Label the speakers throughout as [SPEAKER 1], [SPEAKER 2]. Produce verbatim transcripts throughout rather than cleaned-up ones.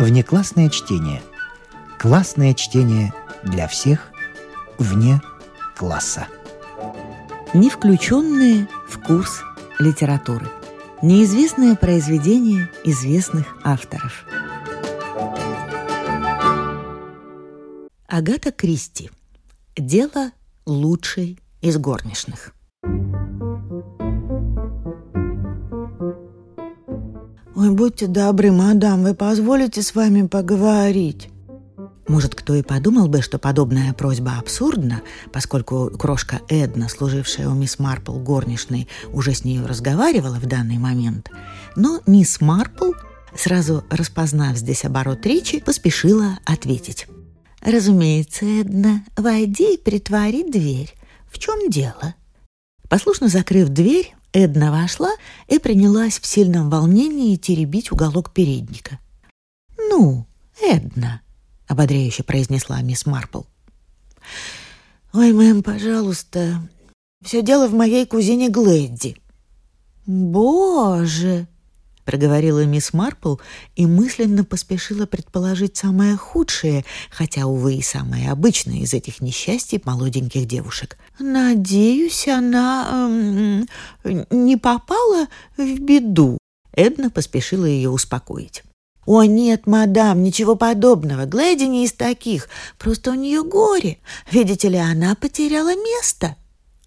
[SPEAKER 1] Внеклассное чтение. Классное чтение для всех вне класса.
[SPEAKER 2] Не включенные в курс литературы. Неизвестное произведение известных авторов. Агата Кристи. Дело лучшей из горничных.
[SPEAKER 3] «Ой, будьте добры, мадам, вы позволите с вами поговорить?»
[SPEAKER 2] Может, кто и подумал бы, что подобная просьба абсурдна, поскольку крошка Эдна, служившая у мисс Марпл горничной, уже с нею разговаривала в данный момент. Но мисс Марпл, сразу распознав здесь оборот речи, поспешила ответить. «Разумеется, Эдна, войди и притвори дверь. В чем дело?» Послушно закрыв дверь, Эдна вошла и принялась в сильном волнении теребить уголок передника. «Ну, Эдна», — ободряюще произнесла мисс Марпл.
[SPEAKER 3] «Ой, мэм, пожалуйста, все дело в моей кузине Глэдди». «Боже!» — проговорила мисс Марпл и мысленно поспешила предположить самое худшее, хотя, увы, и самое обычное из этих несчастий молоденьких девушек. «Надеюсь, она эм, не попала в беду». Эдна поспешила ее успокоить. «О, нет, мадам, ничего подобного. Глэдди не из таких. Просто у нее горе. Видите ли, она потеряла место».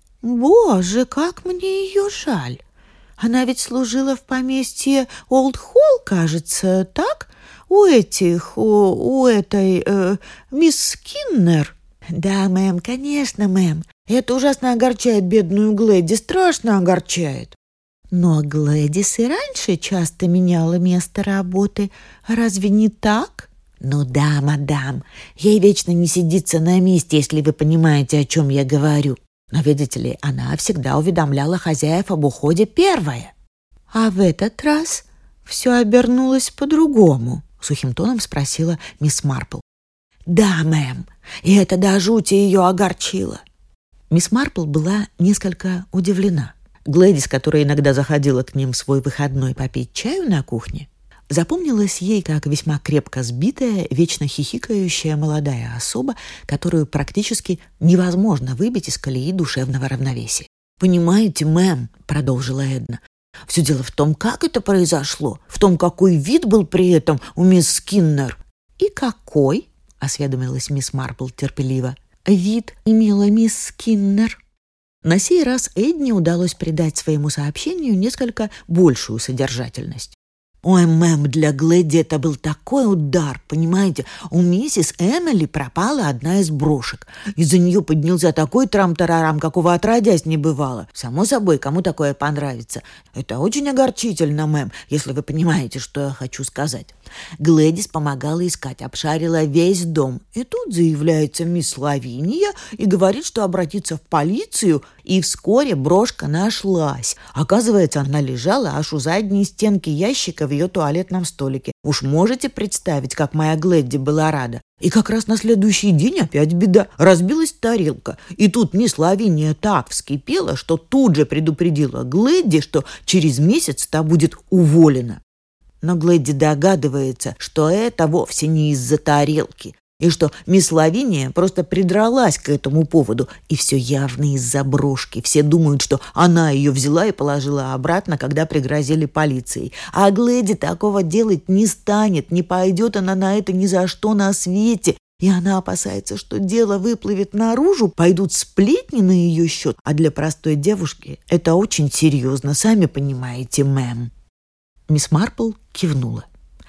[SPEAKER 3] «Боже, как мне ее жаль. Она ведь служила в поместье Олд-Холл, кажется, так? У этих, у, у этой э, мисс Скиннер». «Да, мэм, конечно, мэм. Это ужасно огорчает бедную Глэдди, страшно огорчает». «Но Глэдис и раньше часто меняла место работы. Разве не так?» «Ну да, мадам. Ей вечно не сидится на месте, если вы понимаете, о чем я говорю. Но, видите ли, она всегда уведомляла хозяев об уходе первая». «А в этот раз все обернулось по-другому?» — сухим тоном спросила мисс Марпл. «Да, мэм, и это до жути ее огорчило». Мисс Марпл была несколько удивлена. Глэдис, которая иногда заходила к ним в свой выходной попить чаю на кухне, запомнилась ей как весьма крепко сбитая, вечно хихикающая молодая особа, которую практически невозможно выбить из колеи душевного равновесия. «Понимаете, мэм», — продолжила Эдна, — «все дело в том, как это произошло, в том, какой вид был при этом у мисс Скиннер». «И какой?» — осведомилась мисс Марпл терпеливо. «Вид имела мисс Скиннер». На сей раз Эдне удалось придать своему сообщению несколько большую содержательность. «Ой, мэм, для Глэдди это был такой удар, понимаете? У миссис Эмили пропала одна из брошек. Из-за нее поднялся такой трам-тарарам, какого отродясь не бывало. Само собой, кому такое понравится. Это очень огорчительно, мэм, если вы понимаете, что я хочу сказать. Глэдис помогала искать, обшарила весь дом. И тут заявляется мисс Лавиния и говорит, что обратится в полицию, и вскоре брошка нашлась. Оказывается, она лежала аж у задней стенки ящика в ее туалетном столике. Уж можете представить, как моя Глэдди была рада. И как раз на следующий день опять беда. Разбилась тарелка. И тут мисс Лавиния так вскипела, что тут же предупредила Глэдди, что через месяц та будет уволена. Но Глэдди догадывается, что это вовсе не из-за тарелки, и что мисс Лавиния просто придралась к этому поводу, и все явно из-за брошки. Все думают, что она ее взяла и положила обратно, когда пригрозили полицией. А Глэдди такого делать не станет, не пойдет она на это ни за что на свете. И она опасается, что дело выплывет наружу, пойдут сплетни на ее счет. А для простой девушки это очень серьезно, сами понимаете, мэм». Мисс Марпл кивнула.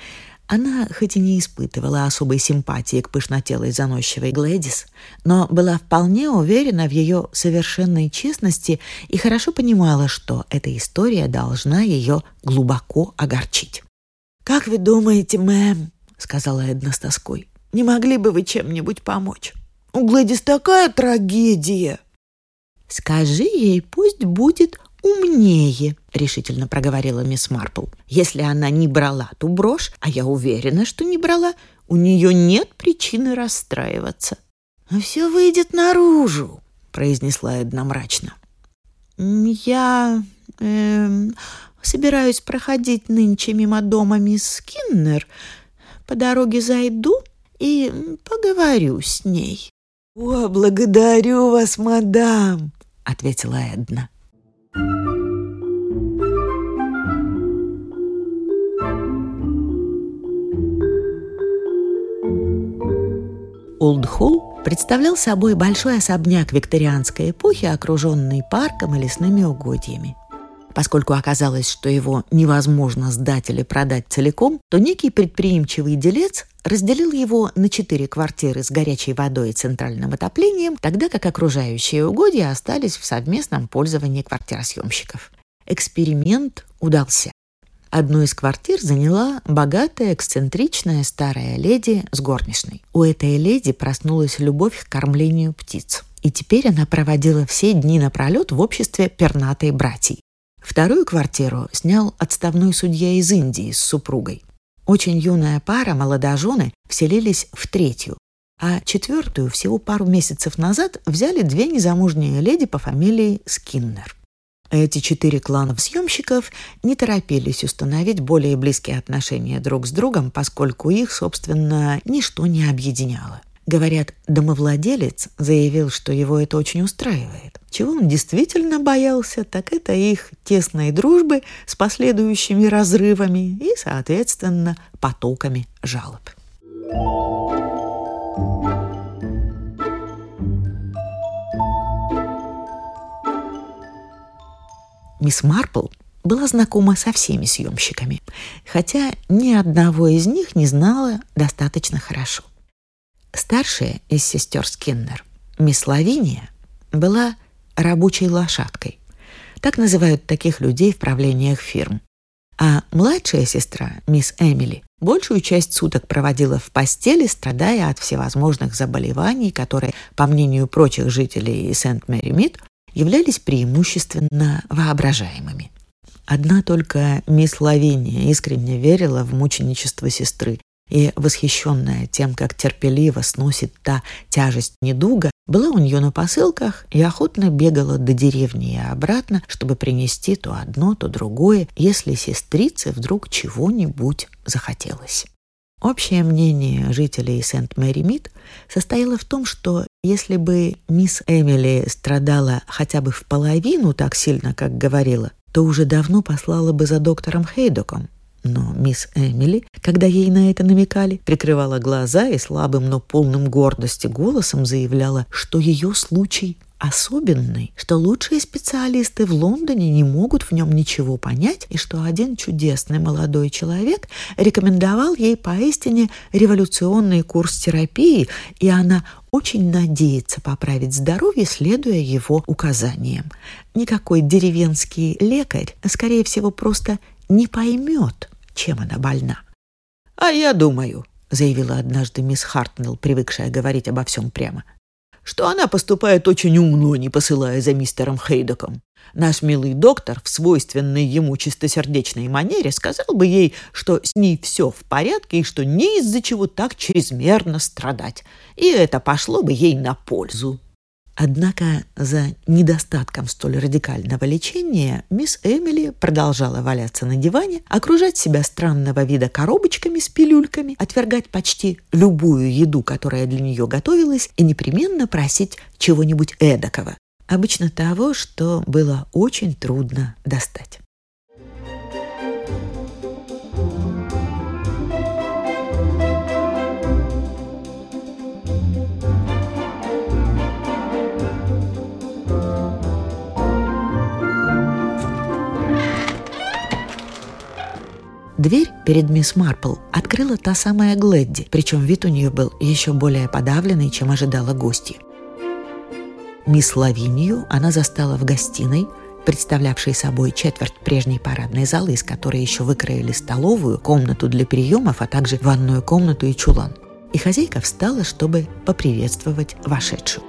[SPEAKER 3] Она хоть и не испытывала особой симпатии к пышнотелой заносчивой Глэдис, но была вполне уверена в ее совершенной честности и хорошо понимала, что эта история должна ее глубоко огорчить. «Как вы думаете, мэм, — сказала Эдна с тоской, — не могли бы вы чем-нибудь помочь? У Глэдис такая трагедия!» «Скажи ей, пусть будет умнее», — решительно проговорила мисс Марпл. «Если она не брала ту брошь, а я уверена, что не брала, у нее нет причины расстраиваться». «Но все выйдет наружу», — произнесла Эдна мрачно. «Я э, собираюсь проходить нынче мимо дома мисс Скиннер. по дороге зайду и поговорю с ней».
[SPEAKER 2] «О, благодарю вас, мадам», — ответила Эдна. Олд-Холл представлял собой большой особняк викторианской эпохи, окруженный парком и лесными угодьями. Поскольку оказалось, что его невозможно сдать или продать целиком, то некий предприимчивый делец разделил его на четыре квартиры с горячей водой и центральным отоплением, тогда как окружающие угодья остались в совместном пользовании квартиросъемщиков. Эксперимент удался. Одну из квартир заняла богатая, эксцентричная старая леди с горничной. У этой леди проснулась любовь к кормлению птиц, и теперь она проводила все дни напролет в обществе пернатой братьей. Вторую квартиру снял отставной судья из Индии с супругой. Очень юная пара, молодожены, вселились в третью, а четвертую всего пару месяцев назад взяли две незамужние леди по фамилии Скиннер. Эти четыре клана съемщиков не торопились установить более близкие отношения друг с другом, поскольку их, собственно, ничто не объединяло. Говорят, домовладелец заявил, что его это очень устраивает. Чего он действительно боялся, так это их тесной дружбы с последующими разрывами и, соответственно, потоками жалоб. Мисс Марпл была знакома со всеми съемщиками, хотя ни одного из них не знала достаточно хорошо. Старшая из сестер Скиннер, мисс Лавиния, была рабочей лошадкой. Так называют таких людей в правлениях фирм. А младшая сестра, мисс Эмили, большую часть суток проводила в постели, страдая от всевозможных заболеваний, которые, по мнению прочих жителей Сент-Мэри-Мид, являлись преимущественно воображаемыми. Одна только мисс Лавиния искренне верила в мученичество сестры и, восхищенная тем, как терпеливо сносит та тяжесть недуга, была у нее на посылках и охотно бегала до деревни и обратно, чтобы принести то одно, то другое, если сестрице вдруг чего-нибудь захотелось. Общее мнение жителей Сент-Мэри-Мид состояло в том, что если бы мисс Эмили страдала хотя бы в половину так сильно, как говорила, то уже давно послала бы за доктором Хейдоком. Но мисс Эмили, когда ей на это намекали, прикрывала глаза и слабым, но полным гордости голосом заявляла, что ее случай особенный, что лучшие специалисты в Лондоне не могут в нем ничего понять, и что один чудесный молодой человек рекомендовал ей поистине революционный курс терапии, и она очень надеется поправить здоровье, следуя его указаниям. Никакой деревенский лекарь, скорее всего, просто не поймет, чем она больна. «А я думаю», — заявила однажды мисс Хартнелл, привыкшая говорить обо всем прямо, что она поступает очень умно, не посылая за мистером Хейдоком. Наш милый доктор в свойственной ему чистосердечной манере сказал бы ей, что с ней все в порядке и что не из-за чего так чрезмерно страдать. И это пошло бы ей на пользу. Однако за недостатком столь радикального лечения мисс Эмили продолжала валяться на диване, окружать себя странного вида коробочками с пилюльками, отвергать почти любую еду, которая для нее готовилась, и непременно просить чего-нибудь эдакого, обычно того, что было очень трудно достать. Дверь перед мисс Марпл открыла та самая Глэдди, причем вид у нее был еще более подавленный, чем ожидала гостья. Мисс Лавинию она застала в гостиной, представлявшей собой четверть прежней парадной залы, из которой еще выкроили столовую, комнату для приемов, а также ванную комнату и чулан. И хозяйка встала, чтобы поприветствовать вошедшую.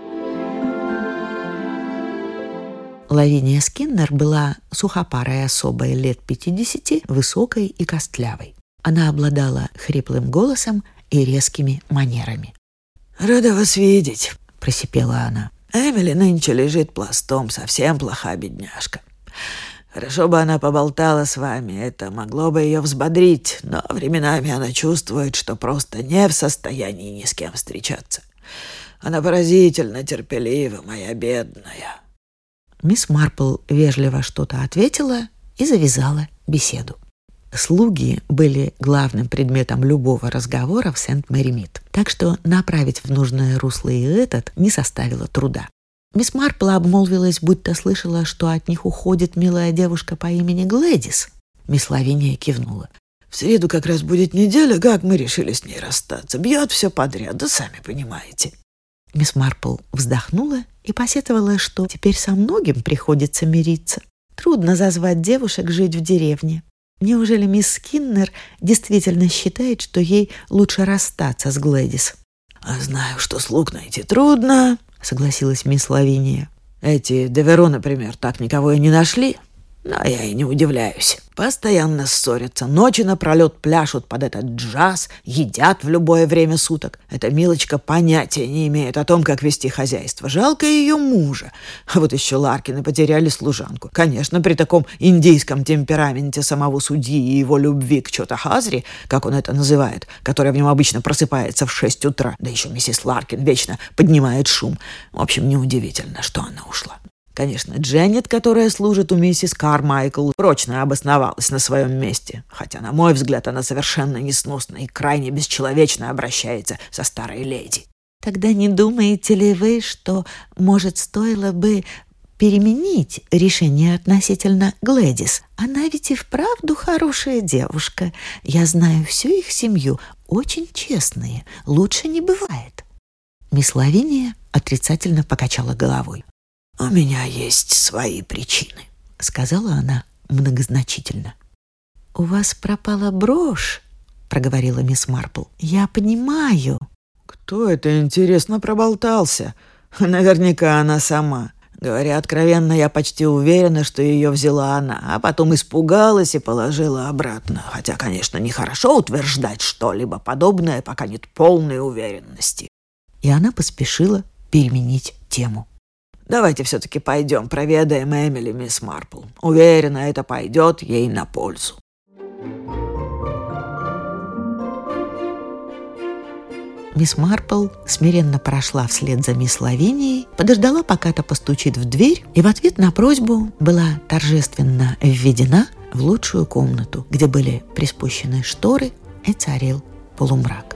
[SPEAKER 2] Лавиния Скиннер была сухопарой особой лет пятидесяти, высокой и костлявой. Она обладала хриплым голосом и резкими манерами. «Рада вас видеть», — просипела она. «Эмили нынче лежит пластом, совсем плоха бедняжка.
[SPEAKER 4] Хорошо бы она поболтала с вами, это могло бы ее взбодрить, но временами она чувствует, что просто не в состоянии ни с кем встречаться. Она поразительно терпелива, моя бедная».
[SPEAKER 2] Мисс Марпл вежливо что-то ответила и завязала беседу. Слуги были главным предметом любого разговора в Сент-Мэри-Мид, так что направить в нужное русло и этот не составило труда. Мисс Марпл обмолвилась, будто слышала, что от них уходит милая девушка по имени Глэдис. Мисс Лавиния кивнула.
[SPEAKER 4] «В среду как раз будет неделя, как мы решили с ней расстаться. Бьет все подряд, да сами понимаете».
[SPEAKER 2] Мисс Марпл вздохнула и посетовала, что теперь со многим приходится мириться. Трудно зазвать девушек жить в деревне. Неужели мисс Скиннер действительно считает, что ей лучше расстаться с Глэдис?
[SPEAKER 4] «А знаю, что слуг найти трудно», — согласилась мисс Лавиния. «Эти Деверо, например, так никого и не нашли. Но я и не удивляюсь. Постоянно ссорятся, ночи напролет пляшут под этот джаз, едят в любое время суток. Эта Милочка понятия не имеет о том, как вести хозяйство. Жалко ее мужа. А вот еще Ларкины потеряли служанку. Конечно, при таком индийском темпераменте самого судьи и его любви к Чота-Хазри, как он это называет, которая в нем обычно просыпается в шесть утра, да еще миссис Ларкин вечно поднимает шум. В общем, неудивительно, что она ушла. Конечно, Дженнет, которая служит у миссис Кармайкл, прочно обосновалась на своем месте, хотя, на мой взгляд, она совершенно несносно и крайне бесчеловечно обращается со старой леди.
[SPEAKER 2] Тогда не думаете ли вы, что, может, стоило бы переменить решение относительно Глэдис? Она ведь и вправду хорошая девушка. Я знаю всю их семью, очень честные, лучше не бывает. Мисс Лавиния отрицательно покачала головой.
[SPEAKER 4] «У меня есть свои причины»,
[SPEAKER 2] — сказала она многозначительно. «У вас пропала брошь», — проговорила мисс Марпл. «Я понимаю».
[SPEAKER 4] «Кто это, интересно, проболтался? Наверняка она сама. Говоря откровенно, я почти уверена, что ее взяла она, а потом испугалась и положила обратно. Хотя, конечно, нехорошо утверждать что-либо подобное, пока нет полной уверенности».
[SPEAKER 2] И она поспешила переменить тему.
[SPEAKER 4] «Давайте все-таки пойдем, проведаем Эмили, мисс Марпл. Уверена, это пойдет ей на пользу».
[SPEAKER 2] Мисс Марпл смиренно прошла вслед за мисс Лавинией, подождала, пока та постучит в дверь, и в ответ на просьбу была торжественно введена в лучшую комнату, где были приспущены шторы и царил полумрак.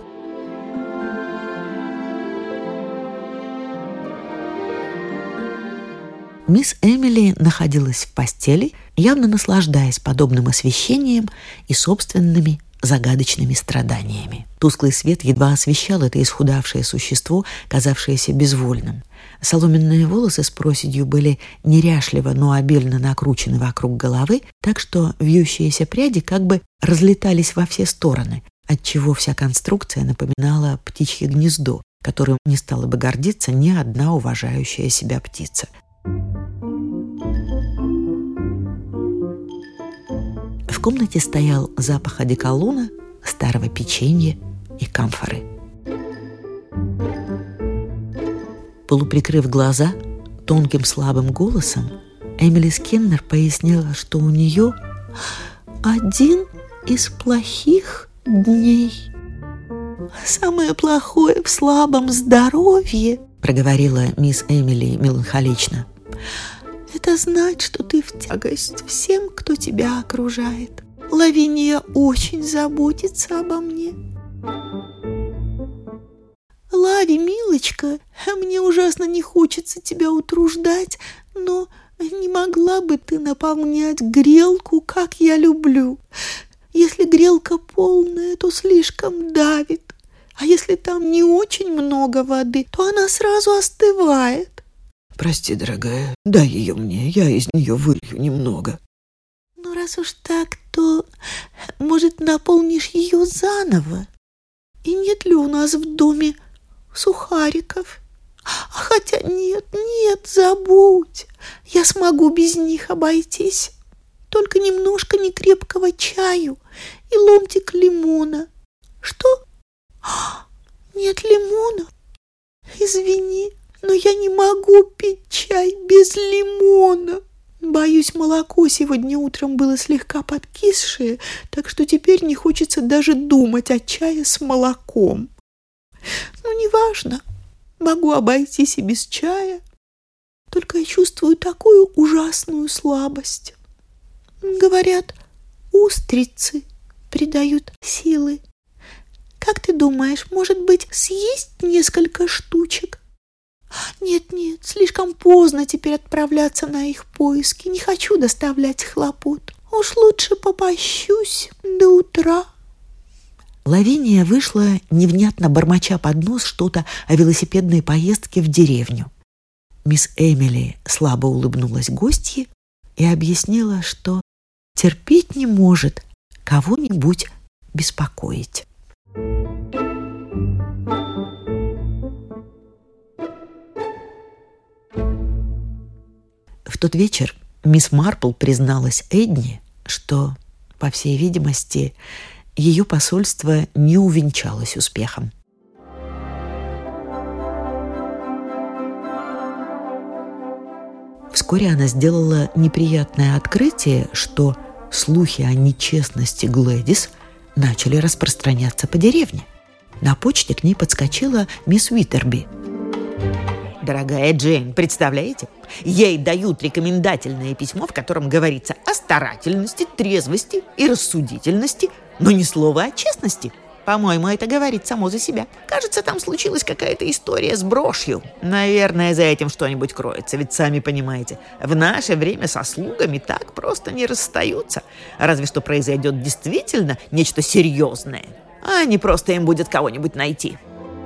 [SPEAKER 2] Мисс Эмили находилась в постели, явно наслаждаясь подобным освещением и собственными загадочными страданиями. Тусклый свет едва освещал это исхудавшее существо, казавшееся безвольным. Соломенные волосы с проседью были неряшливо, но обильно накручены вокруг головы, так что вьющиеся пряди как бы разлетались во все стороны, отчего вся конструкция напоминала птичье гнездо, которым не стала бы гордиться ни одна уважающая себя птица. В комнате стоял запах одеколона, старого печенья и камфоры. Полуприкрыв глаза, тонким слабым голосом Эмили Скиннер пояснила, что у нее один из плохих дней. «Самое плохое в слабом здоровье», — проговорила мисс Эмили меланхолично, «это знать, что ты в тягость всем, кто тебя окружает. Лавиния очень заботится обо мне». «Лави, милочка, мне ужасно не хочется тебя утруждать, но не могла бы ты наполнять грелку, как я люблю? Если грелка полная, то слишком давит, а если там не очень много воды, то она сразу остывает».
[SPEAKER 4] «Прости, дорогая, дай ее мне, я из нее вылью немного».
[SPEAKER 2] «Ну, раз уж так, то, может, наполнишь ее заново? И нет ли у нас в доме сухариков? А хотя нет, нет, забудь, я смогу без них обойтись. Только немножко некрепкого чаю и ломтик лимона». «Что? Нет лимона? Извини, но я не могу пить чай без лимона.
[SPEAKER 3] Боюсь, молоко сегодня утром было слегка подкисшее, так что теперь не хочется даже думать о чае с молоком. Ну, неважно, могу обойтись и без чая. Только я чувствую такую ужасную слабость. Говорят, устрицы придают силы. Как ты думаешь, может быть, съесть несколько штучек? Нет-нет, слишком поздно теперь отправляться на их поиски. Не хочу доставлять хлопот. Уж лучше попощусь до утра.
[SPEAKER 2] Лавиния вышла, невнятно бормоча под нос что-то о велосипедной поездке в деревню. Мисс Эмили слабо улыбнулась гостье и объяснила, что терпеть не может кого-нибудь беспокоить. В тот вечер мисс Марпл призналась Эдне, что, по всей видимости, ее посольство не увенчалось успехом. Вскоре она сделала неприятное открытие, что слухи о нечестности Глэдис начали распространяться по деревне. На почте к ней подскочила мисс Уитерби.
[SPEAKER 3] Дорогая Джейн, представляете? Ей дают рекомендательное письмо, в котором говорится о старательности, трезвости и рассудительности, но ни слова о честности. По-моему, это говорит само за себя. Кажется, там случилась какая-то история с брошью. Наверное, за этим что-нибудь кроется, ведь сами понимаете, в наше время со слугами так просто не расстаются. Разве что произойдет действительно нечто серьезное, а не просто им будет кого-нибудь найти.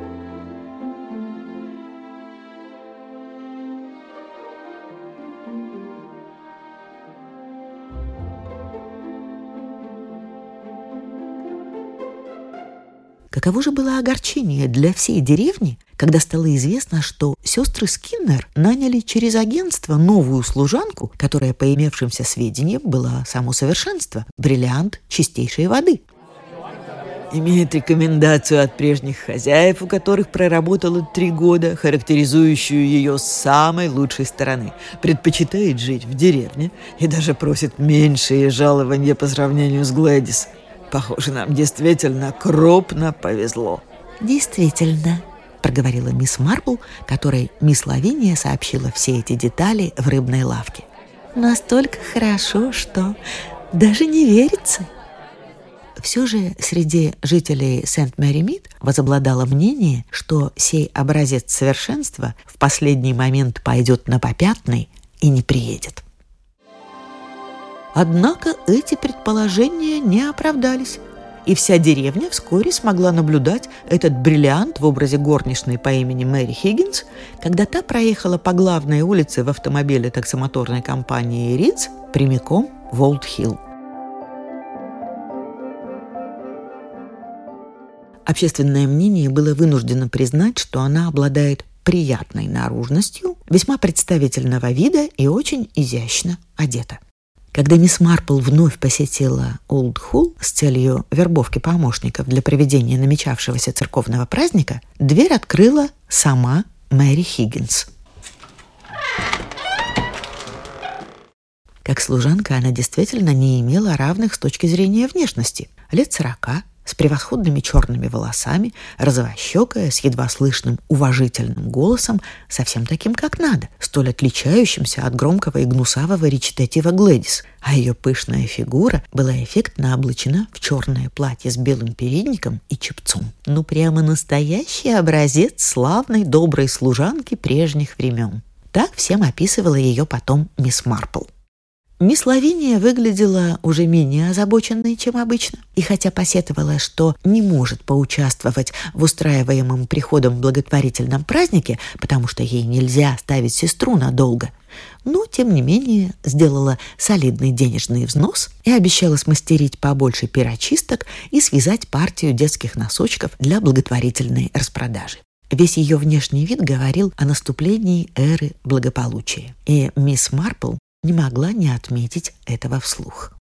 [SPEAKER 2] Каково же было огорчение для всей деревни, когда стало известно, что сестры Скиннер наняли через агентство новую служанку, которая, по имевшимся сведениям, была само совершенство, бриллиант чистейшей воды.
[SPEAKER 4] Имеет рекомендацию от прежних хозяев, у которых проработала три года, характеризующую ее с самой лучшей стороны. Предпочитает жить в деревне и даже просит меньшие жалования по сравнению с Глэдис. Похоже, нам действительно крупно повезло.
[SPEAKER 2] Действительно, проговорила мисс Марпл, которой мисс Лавиния сообщила все эти детали в рыбной лавке. Настолько хорошо, что даже не верится. Все же среди жителей Сент-Мэри-Мид возобладало мнение, что сей образец совершенства в последний момент пойдет на попятный и не приедет. Однако эти предположения не оправдались, и вся деревня вскоре смогла наблюдать этот бриллиант в образе горничной по имени Мэри Хиггинс, когда та проехала по главной улице в автомобиле таксомоторной компании «Ридс» прямиком в Олд-Хилл. Общественное мнение было вынуждено признать, что она обладает приятной наружностью, весьма представительного вида и очень изящно одета. Когда мисс Марпл вновь посетила Олд-Хилл с целью вербовки помощников для проведения намечавшегося церковного праздника, дверь открыла сама Мэри Хиггинс. Как служанка она действительно не имела равных с точки зрения внешности. Лет сорока, с превосходными черными волосами, розовощекая, с едва слышным уважительным голосом, совсем таким, как надо, столь отличающимся от громкого и гнусавого речитатива Глэдис, а ее пышная фигура была эффектно облачена в черное платье с белым передником и чепцом. Ну, прямо настоящий образец славной доброй служанки прежних времен. Так всем описывала ее потом мисс Марпл. Мисс Лавиния выглядела уже менее озабоченной, чем обычно, и хотя посетовала, что не может поучаствовать в устраиваемом приходом благотворительном празднике, потому что ей нельзя оставить сестру надолго, но, тем не менее, сделала солидный денежный взнос и обещала смастерить побольше перочисток и связать партию детских носочков для благотворительной распродажи. Весь ее внешний вид говорил о наступлении эры благополучия, и мисс Марпл не могла не отметить этого вслух.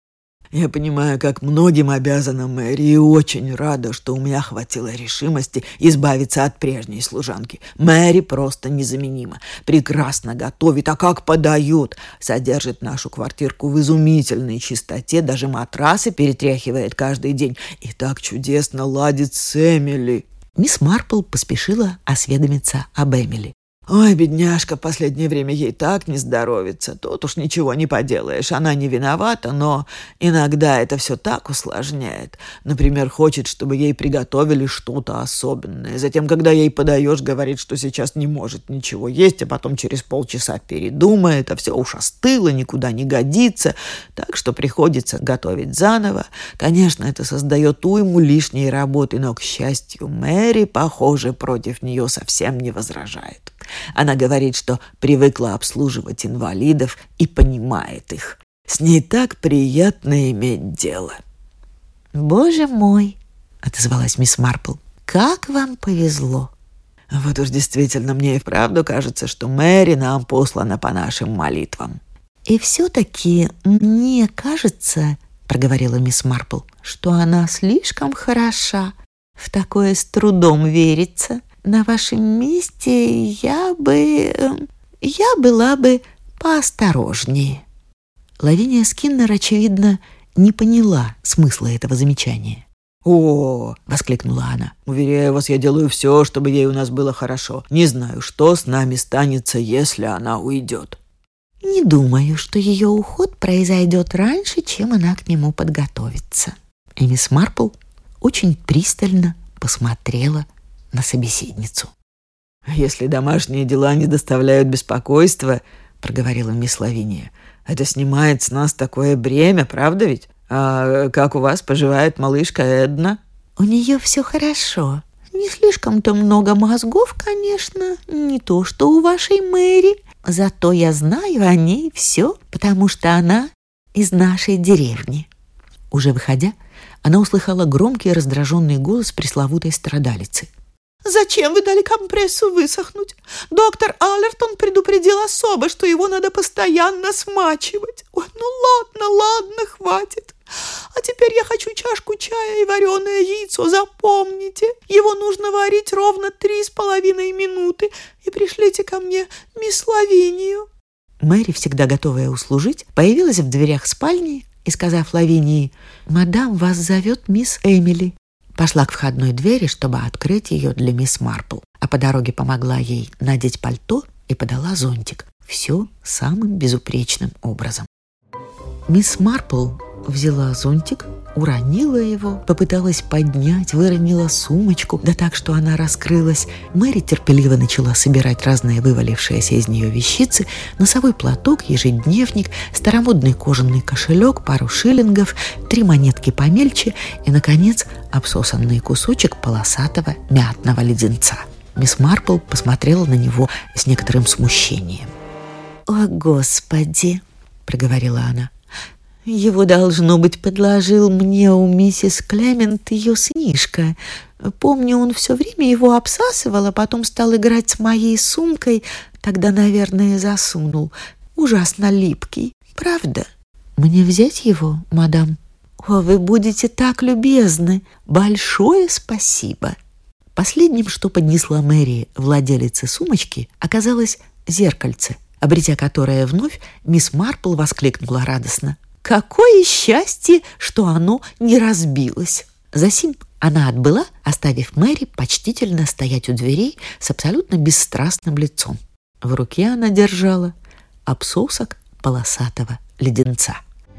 [SPEAKER 4] Я понимаю, как многим обязана Мэри, и очень рада, что у меня хватило решимости избавиться от прежней служанки. Мэри просто незаменима. Прекрасно готовит, а как подает. Содержит нашу квартирку в изумительной чистоте, даже матрасы перетряхивает каждый день. И так чудесно ладит с Эмили.
[SPEAKER 2] Мисс Марпл поспешила осведомиться об Эмили.
[SPEAKER 4] Ой, бедняжка, в последнее время ей так не здоровится. Тут уж ничего не поделаешь. Она не виновата, но иногда это все так усложняет. Например, хочет, чтобы ей приготовили что-то особенное. Затем, когда ей подаешь, говорит, что сейчас не может ничего есть, а потом через полчаса передумает, а все уж остыло, никуда не годится. Так что приходится готовить заново. Конечно, это создает уйму лишней работы, но, к счастью, Мэри, похоже, против нее совсем не возражает. Она говорит, что привыкла обслуживать инвалидов и понимает их. С ней так приятно иметь дело.
[SPEAKER 2] «Боже мой!» — отозвалась мисс Марпл. «Как вам повезло!»
[SPEAKER 4] Вот уж действительно, мне и вправду кажется, что Мэри нам послана по нашим молитвам.
[SPEAKER 2] «И все-таки мне кажется, — проговорила мисс Марпл, — что она слишком хороша. В такое с трудом верится. На вашем месте я бы... я была бы поосторожнее». Лавиния Скиннер, очевидно, не поняла смысла этого замечания.
[SPEAKER 4] «О!» —
[SPEAKER 2] воскликнула она.
[SPEAKER 4] «Уверяю вас, я делаю все, чтобы ей у нас было хорошо. Не знаю, что с нами станется, если она уйдет».
[SPEAKER 2] «Не думаю, что ее уход произойдет раньше, чем она к нему подготовится». И мисс Марпл очень пристально посмотрела на собеседницу.
[SPEAKER 4] «Если домашние дела не доставляют беспокойства, — проговорила мисс Лавиния, — это снимает с нас такое бремя, правда ведь? А как у вас поживает малышка Эдна?»
[SPEAKER 2] «У нее все хорошо. Не слишком-то много мозгов, конечно, не то что у вашей Мэри. Зато я знаю о ней все, потому что она из нашей деревни». Уже выходя, она услыхала громкий раздраженный голос пресловутой страдалицы.
[SPEAKER 3] «Зачем вы дали компрессу высохнуть? Доктор Аллертон предупредил особо, что его надо постоянно смачивать. Ой, ну ладно, ладно, хватит. А теперь я хочу чашку чая и вареное яйцо. Запомните, его нужно варить ровно три с половиной минуты. И пришлите ко мне мисс Лавинию».
[SPEAKER 2] Мэри, всегда готовая услужить, появилась в дверях спальни и, сказав Лавинии: «Мадам, вас зовет мисс Эмили», пошла к входной двери, чтобы открыть ее для мисс Марпл, а по дороге помогла ей надеть пальто и подала зонтик. Все самым безупречным образом. Мисс Марпл взяла зонтик, уронила его, попыталась поднять, выронила сумочку, да так, что она раскрылась. Мэри терпеливо начала собирать разные вывалившиеся из нее вещицы: носовой платок, ежедневник, старомодный кожаный кошелек, пару шиллингов, три монетки помельче и, наконец, обсосанный кусочек полосатого мятного леденца. Мисс Марпл посмотрела на него с некоторым смущением. «О, Господи!» — проговорила она. «Его, должно быть, подложил мне у миссис Клемент ее сынишка. Помню, он все время его обсасывал, а потом стал играть с моей сумкой. Тогда, наверное, засунул. Ужасно липкий. Правда? Мне взять его, мадам? О, вы будете так любезны. Большое спасибо». Последним, что поднесла Мэри владелице сумочки, оказалось зеркальце, обретя которое вновь, мисс Марпл воскликнула радостно: «Какое счастье, что оно не разбилось!» Засим она отбыла, оставив Мэри почтительно стоять у дверей с абсолютно бесстрастным лицом. В руке она держала обсосок полосатого леденца.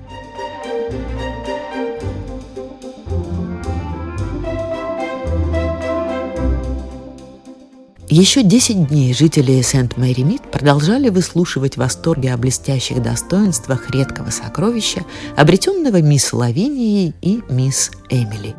[SPEAKER 2] Еще десять дней жители Сент-Мэри-Мид продолжали выслушивать восторги о блестящих достоинствах редкого сокровища, обретенного мисс Лавинией и мисс Эмили.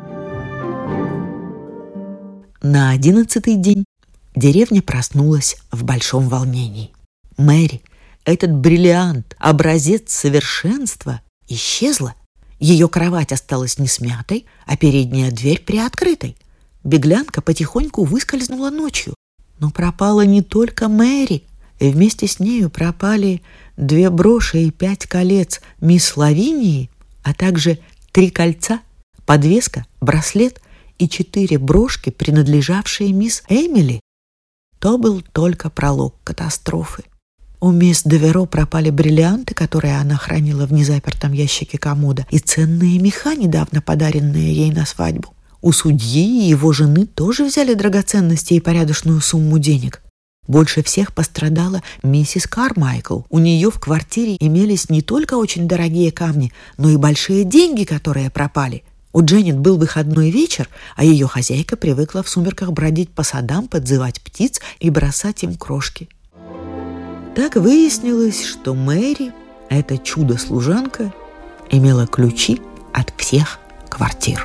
[SPEAKER 2] На одиннадцатый день деревня проснулась в большом волнении. Мэри, этот бриллиант, образец совершенства, исчезла. Ее кровать осталась несмятой, а передняя дверь приоткрытой. Беглянка потихоньку выскользнула ночью. Но пропала не только Мэри, и вместе с нею пропали две броши и пять колец мисс Лавинии, а также три кольца, подвеска, браслет и четыре брошки, принадлежавшие мисс Эмили, то был только пролог катастрофы. У мисс Деверо пропали бриллианты, которые она хранила в незапертом ящике комода, и ценные меха, недавно подаренные ей на свадьбу. У судьи и его жены тоже взяли драгоценности и порядочную сумму денег. Больше всех пострадала миссис Кармайкл. У нее в квартире имелись не только очень дорогие камни, но и большие деньги, которые пропали. У Дженнет был выходной вечер, а ее хозяйка привыкла в сумерках бродить по садам, подзывать птиц и бросать им крошки. Так выяснилось, что Мэри, эта чудо-служанка, имела ключи от всех квартир.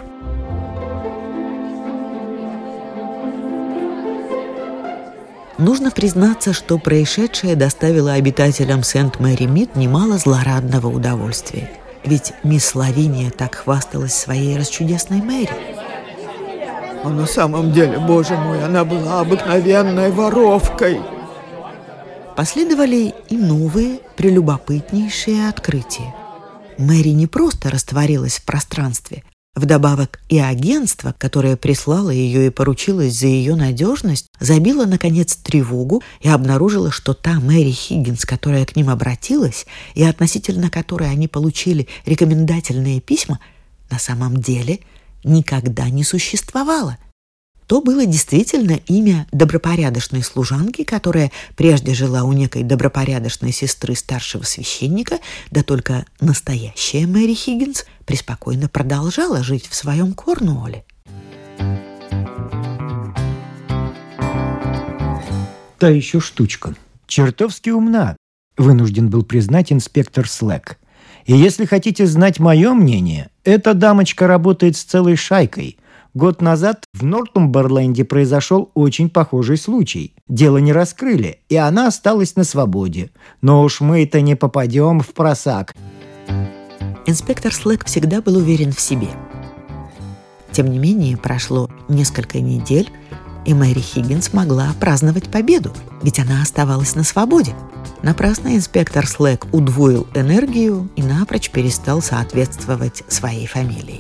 [SPEAKER 2] Нужно признаться, что происшедшее доставило обитателям Сент-Мэри-Мид немало злорадного удовольствия. Ведь мисс Лавиния так хвасталась своей расчудесной Мэри.
[SPEAKER 4] А на самом деле, боже мой, она была обыкновенной воровкой.
[SPEAKER 2] Последовали и новые, прелюбопытнейшие открытия. Мэри не просто растворилась в пространстве. Вдобавок и агентство, которое прислало ее и поручилось за ее надежность, забило, наконец, тревогу и обнаружило, что та Мэри Хиггинс, которая к ним обратилась и относительно которой они получили рекомендательные письма, на самом деле никогда не существовала. То было действительно имя добропорядочной служанки, которая прежде жила у некой добропорядочной сестры старшего священника, да только настоящая Мэри Хиггинс преспокойно продолжала жить в своем Корнуолле.
[SPEAKER 1] Та еще штучка. Чертовски умна, вынужден был признать инспектор Слэк. И если хотите знать мое мнение, эта дамочка работает с целой шайкой. Год назад в Нортумберленде произошел очень похожий случай. Дело не раскрыли, и она осталась на свободе. Но уж мы-то не попадем в просак.
[SPEAKER 2] Инспектор Слэк всегда был уверен в себе. Тем не менее, прошло несколько недель, и Мэри Хиггинс могла праздновать победу, ведь она оставалась на свободе. Напрасно инспектор Слэк удвоил энергию и напрочь перестал соответствовать своей фамилии.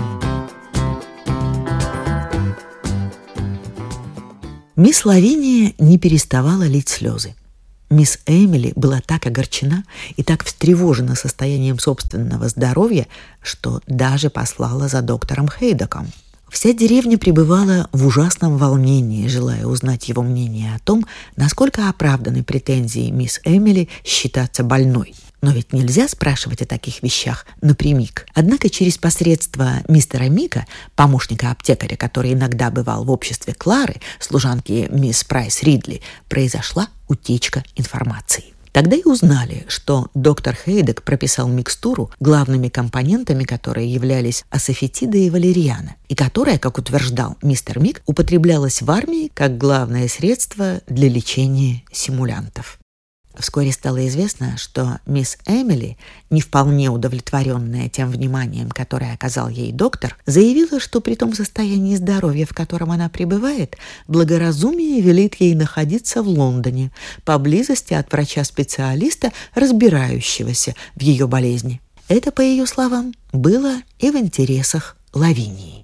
[SPEAKER 2] Мисс Лавиния не переставала лить слезы. Мисс Эмили была так огорчена и так встревожена состоянием собственного здоровья, что даже послала за доктором Хейдоком. Вся деревня пребывала в ужасном волнении, желая узнать его мнение о том, насколько оправданы претензии мисс Эмили считаться больной. Но ведь нельзя спрашивать о таких вещах напрямик. Однако через посредство мистера Мика, помощника аптекаря, который иногда бывал в обществе Клары, служанки мисс Прайс Ридли, произошла утечка информации. Тогда и узнали, что доктор Хейдок прописал микстуру, главными компонентами которой являлись асафетида и валериана, и которая, как утверждал мистер Мик, употреблялась в армии как главное средство для лечения симулянтов. Вскоре стало известно, что мисс Эмили, не вполне удовлетворенная тем вниманием, которое оказал ей доктор, заявила, что при том состоянии здоровья, в котором она пребывает, благоразумие велит ей находиться в Лондоне, поблизости от врача-специалиста, разбирающегося в ее болезни. Это, по ее словам, было и в интересах Лавинии.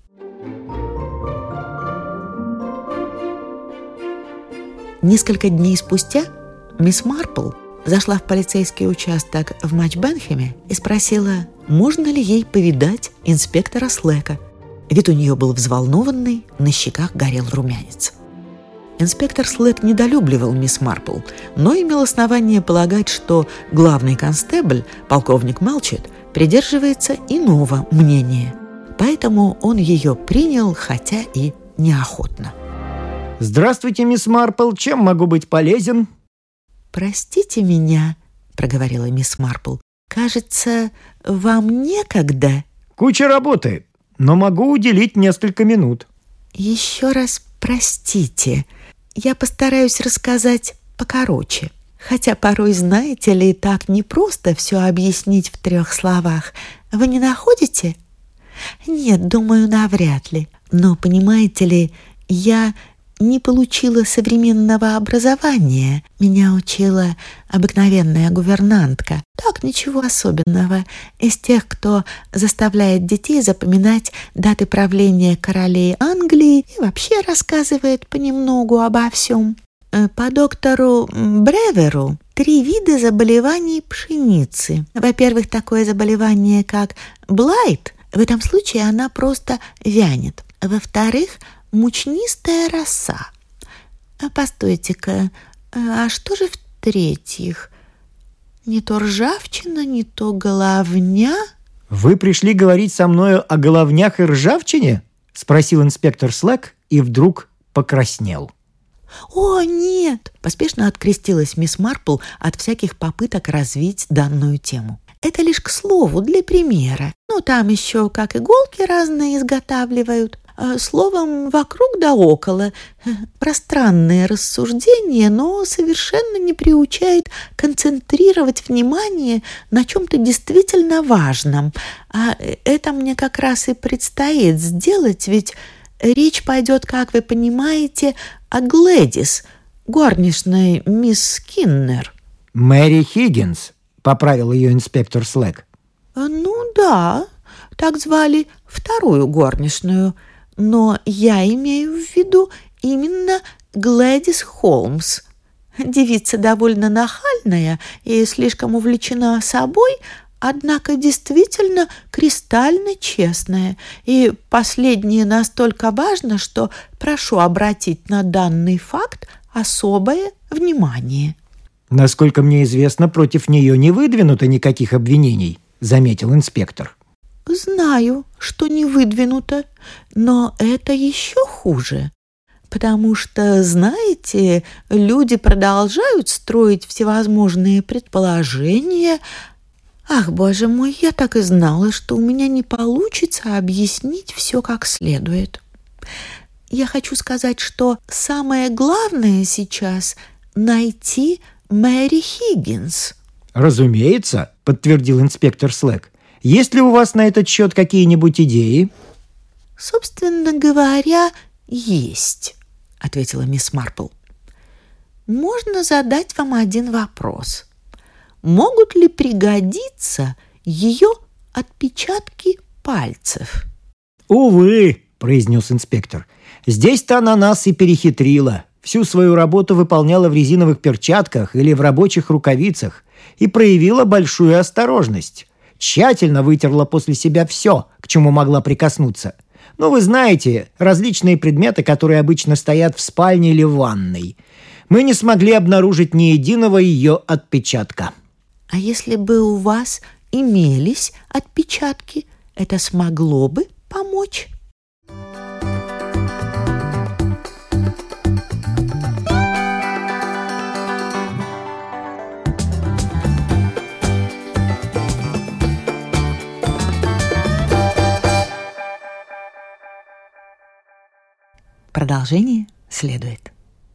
[SPEAKER 2] Несколько дней спустя мисс Марпл зашла в полицейский участок в Матчбенхеме и спросила, можно ли ей повидать инспектора Слэка. Вид у нее был взволнованный, на щеках горел румянец. Инспектор Слэк недолюбливал мисс Марпл, но имел основание полагать, что главный констебль, полковник Мелчет, придерживается иного мнения. Поэтому он ее принял, хотя и неохотно.
[SPEAKER 1] «Здравствуйте, мисс Марпл, чем могу быть полезен?»
[SPEAKER 2] «Простите меня», — проговорила мисс Марпл. «Кажется, вам некогда?»
[SPEAKER 1] «Куча работы, но могу уделить несколько минут».
[SPEAKER 2] «Еще раз простите. Я постараюсь рассказать покороче. Хотя порой, знаете ли, так непросто все объяснить в трех словах. Вы не находите?» «Нет, думаю, навряд ли. Но, понимаете ли, я
[SPEAKER 3] не получила современного образования. Меня учила обыкновенная гувернантка. Так, ничего особенного. Из тех, кто заставляет детей запоминать даты правления королей Англии и вообще рассказывает понемногу обо всем. По доктору Бреверу три вида заболеваний пшеницы. Во-первых, такое заболевание, как блайт. В этом случае она просто вянет. Во-вторых, мучнистая роса. А постойте-ка, а что же в-третьих? Не то ржавчина, не то головня?
[SPEAKER 1] «Вы пришли говорить со мною о головнях и ржавчине?» — спросил инспектор Слэк и вдруг покраснел.
[SPEAKER 3] «О, нет!» – поспешно открестилась мисс Марпл от всяких попыток развить данную тему. «Это лишь к слову, для примера. Ну, там еще как иголки разные изготавливают. Словом, вокруг да около. Пространные рассуждения, но совершенно не приучает концентрировать внимание на чем-то действительно важном. А это мне как раз и предстоит сделать, ведь речь пойдет, как вы понимаете, о Глэдис, горничной мисс Скиннер».
[SPEAKER 1] «Мэри Хиггинс», — поправил ее инспектор Слэк.
[SPEAKER 3] «Ну да, так звали вторую горничную, но я имею в виду именно Глэдис Холмс. Девица довольно нахальная и слишком увлечена собой, однако действительно кристально честная. И последнее настолько важно, что прошу обратить на данный факт особое внимание».
[SPEAKER 1] «Насколько мне известно, против нее не выдвинуто никаких обвинений», — заметил инспектор.
[SPEAKER 3] «Знаю, что не выдвинуто, но это еще хуже. Потому что, знаете, люди продолжают строить всевозможные предположения. Ах, боже мой, я так и знала, что у меня не получится объяснить все как следует. Я хочу сказать, что самое главное сейчас — найти Мэри Хиггинс».
[SPEAKER 1] «Разумеется», — подтвердил инспектор Слэк. «Есть ли у вас на этот счет какие-нибудь идеи?»
[SPEAKER 3] «Собственно говоря, есть», — ответила мисс Марпл. «Можно задать вам один вопрос. Могут ли пригодиться ее отпечатки пальцев?»
[SPEAKER 1] «Увы», — произнес инспектор, — «здесь-то она нас и перехитрила. Всю свою работу выполняла в резиновых перчатках или в рабочих рукавицах и проявила большую осторожность. Тщательно вытерла после себя все, к чему могла прикоснуться. Ну, вы знаете, различные предметы, которые обычно стоят в спальне или в ванной. Мы не смогли обнаружить ни единого ее отпечатка».
[SPEAKER 3] «А если бы у вас имелись отпечатки, это смогло бы помочь?» Продолжение следует.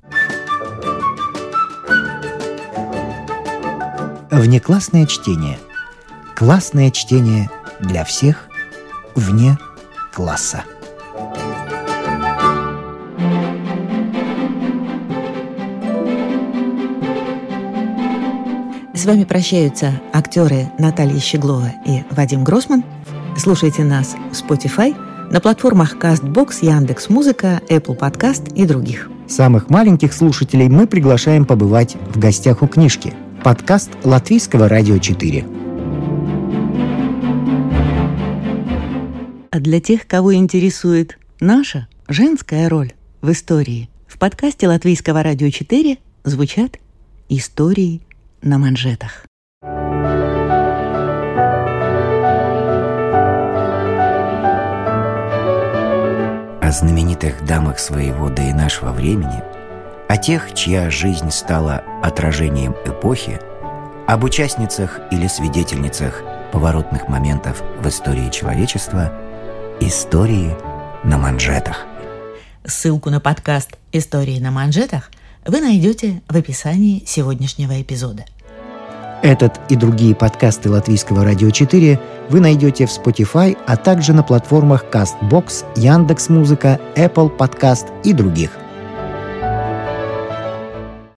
[SPEAKER 1] Внеклассное чтение. Классное чтение для всех вне класса.
[SPEAKER 2] С вами прощаются актеры Наталья Щеглова и Вадим Гроссман. Слушайте нас в Spotify, на платформах CastBox, Яндекс.Музыка, Apple Podcast и других.
[SPEAKER 1] Самых маленьких слушателей мы приглашаем побывать в гостях у книжки. Подкаст Латвийского радио четыре.
[SPEAKER 2] А для тех, кого интересует наша женская роль в истории, в подкасте Латвийского радио четыре звучат истории на манжетах.
[SPEAKER 5] О знаменитых дамах своего да и нашего времени, о тех, чья жизнь стала отражением эпохи, об участницах или свидетельницах поворотных моментов в истории человечества, истории на манжетах.
[SPEAKER 2] Ссылку на подкаст «Истории на манжетах» вы найдете в описании сегодняшнего эпизода.
[SPEAKER 1] Этот и другие подкасты Латвийского радио четыре вы найдете в Spotify, а также на платформах CastBox, Яндекс.Музыка, Apple Podcast и других.